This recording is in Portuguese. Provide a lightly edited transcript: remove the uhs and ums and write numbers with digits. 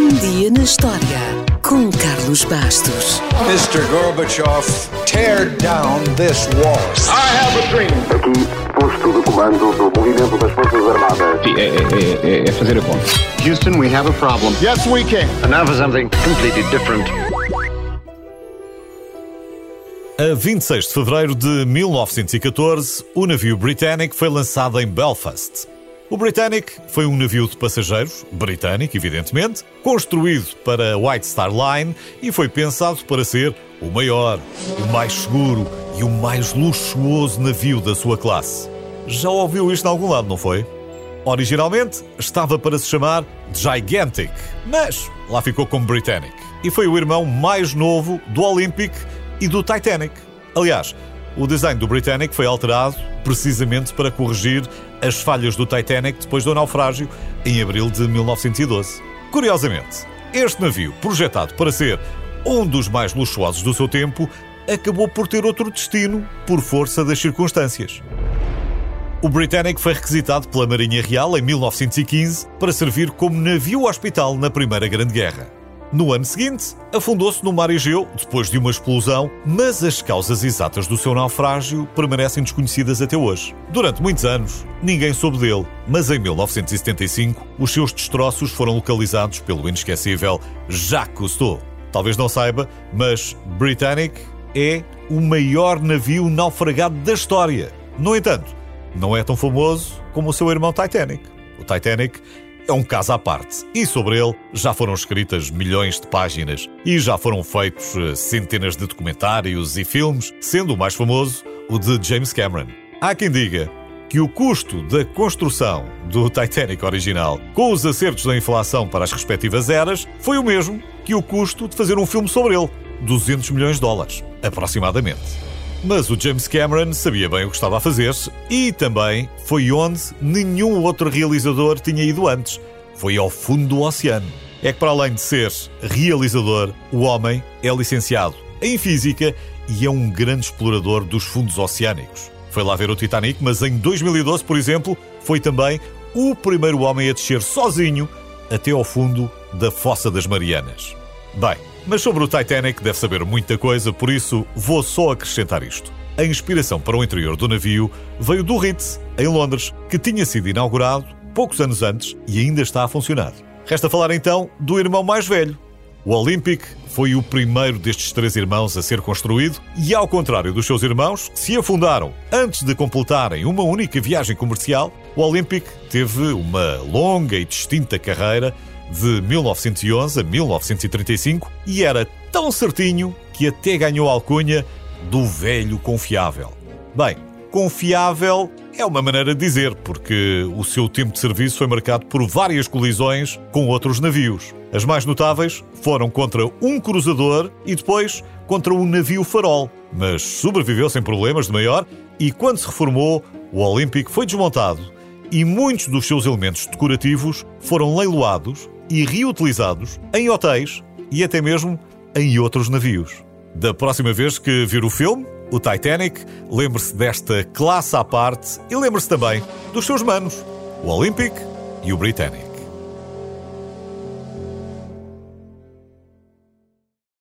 Um dia na história com Carlos Bastos. Mr. Gorbachev, tear down this wall. I have a dream. Aqui, posto de comando do movimento das Forças Armadas. É fazer a conta. Houston, we have a problem. Yes, we can. And now for something completely different. A 26 de fevereiro de 1914, o navio Britannic foi lançado em Belfast. O Britannic foi um navio de passageiros, britânico evidentemente, construído para a White Star Line e foi pensado para ser o maior, o mais seguro e o mais luxuoso navio da sua classe. Já ouviu isto em algum lado, não foi? Originalmente estava para se chamar Gigantic, mas lá ficou como Britannic e foi o irmão mais novo do Olympic e do Titanic. Aliás, o design do Britannic foi alterado precisamente para corrigir as falhas do Titanic depois do naufrágio em abril de 1912. Curiosamente, este navio, projetado para ser um dos mais luxuosos do seu tempo, acabou por ter outro destino por força das circunstâncias. O Britannic foi requisitado pela Marinha Real em 1915 para servir como navio-hospital na Primeira Grande Guerra. No ano seguinte, afundou-se no mar Egeu depois de uma explosão, mas as causas exatas do seu naufrágio permanecem desconhecidas até hoje. Durante muitos anos, ninguém soube dele, mas em 1975, os seus destroços foram localizados pelo inesquecível Jacques Cousteau. Talvez não saiba, mas Britannic é o maior navio naufragado da história. No entanto, não é tão famoso como o seu irmão Titanic. O Titanic é um caso à parte e sobre ele já foram escritas milhões de páginas e já foram feitos centenas de documentários e filmes, sendo o mais famoso o de James Cameron. Há quem diga que o custo da construção do Titanic original, com os acertos da inflação para as respectivas eras, foi o mesmo que o custo de fazer um filme sobre ele, 200 milhões de dólares, aproximadamente. Mas o James Cameron sabia bem o que estava a fazer e também foi onde nenhum outro realizador tinha ido antes. Foi ao fundo do oceano. É que para além de ser realizador, o homem é licenciado em Física e é um grande explorador dos fundos oceânicos. Foi lá ver o Titanic, mas em 2012, por exemplo, foi também o primeiro homem a descer sozinho até ao fundo da Fossa das Marianas. Bem, mas sobre o Titanic deve saber muita coisa, por isso vou só acrescentar isto. A inspiração para o interior do navio veio do Ritz, em Londres, que tinha sido inaugurado poucos anos antes e ainda está a funcionar. Resta falar então do irmão mais velho. O Olympic foi o primeiro destes três irmãos a ser construído e, ao contrário dos seus irmãos, que se afundaram antes de completarem uma única viagem comercial, o Olympic teve uma longa e distinta carreira de 1911 a 1935 e era tão certinho que até ganhou a alcunha do velho confiável. Bem, confiável é uma maneira de dizer, porque o seu tempo de serviço foi marcado por várias colisões com outros navios. As mais notáveis foram contra um cruzador e depois contra um navio farol, mas sobreviveu sem problemas de maior e quando se reformou, o Olympic foi desmontado e muitos dos seus elementos decorativos foram leiloados e reutilizados em hotéis e até mesmo em outros navios. Da próxima vez que vir o filme, o Titanic, lembre-se desta classe à parte e lembre-se também dos seus manos, o Olympic e o Britannic.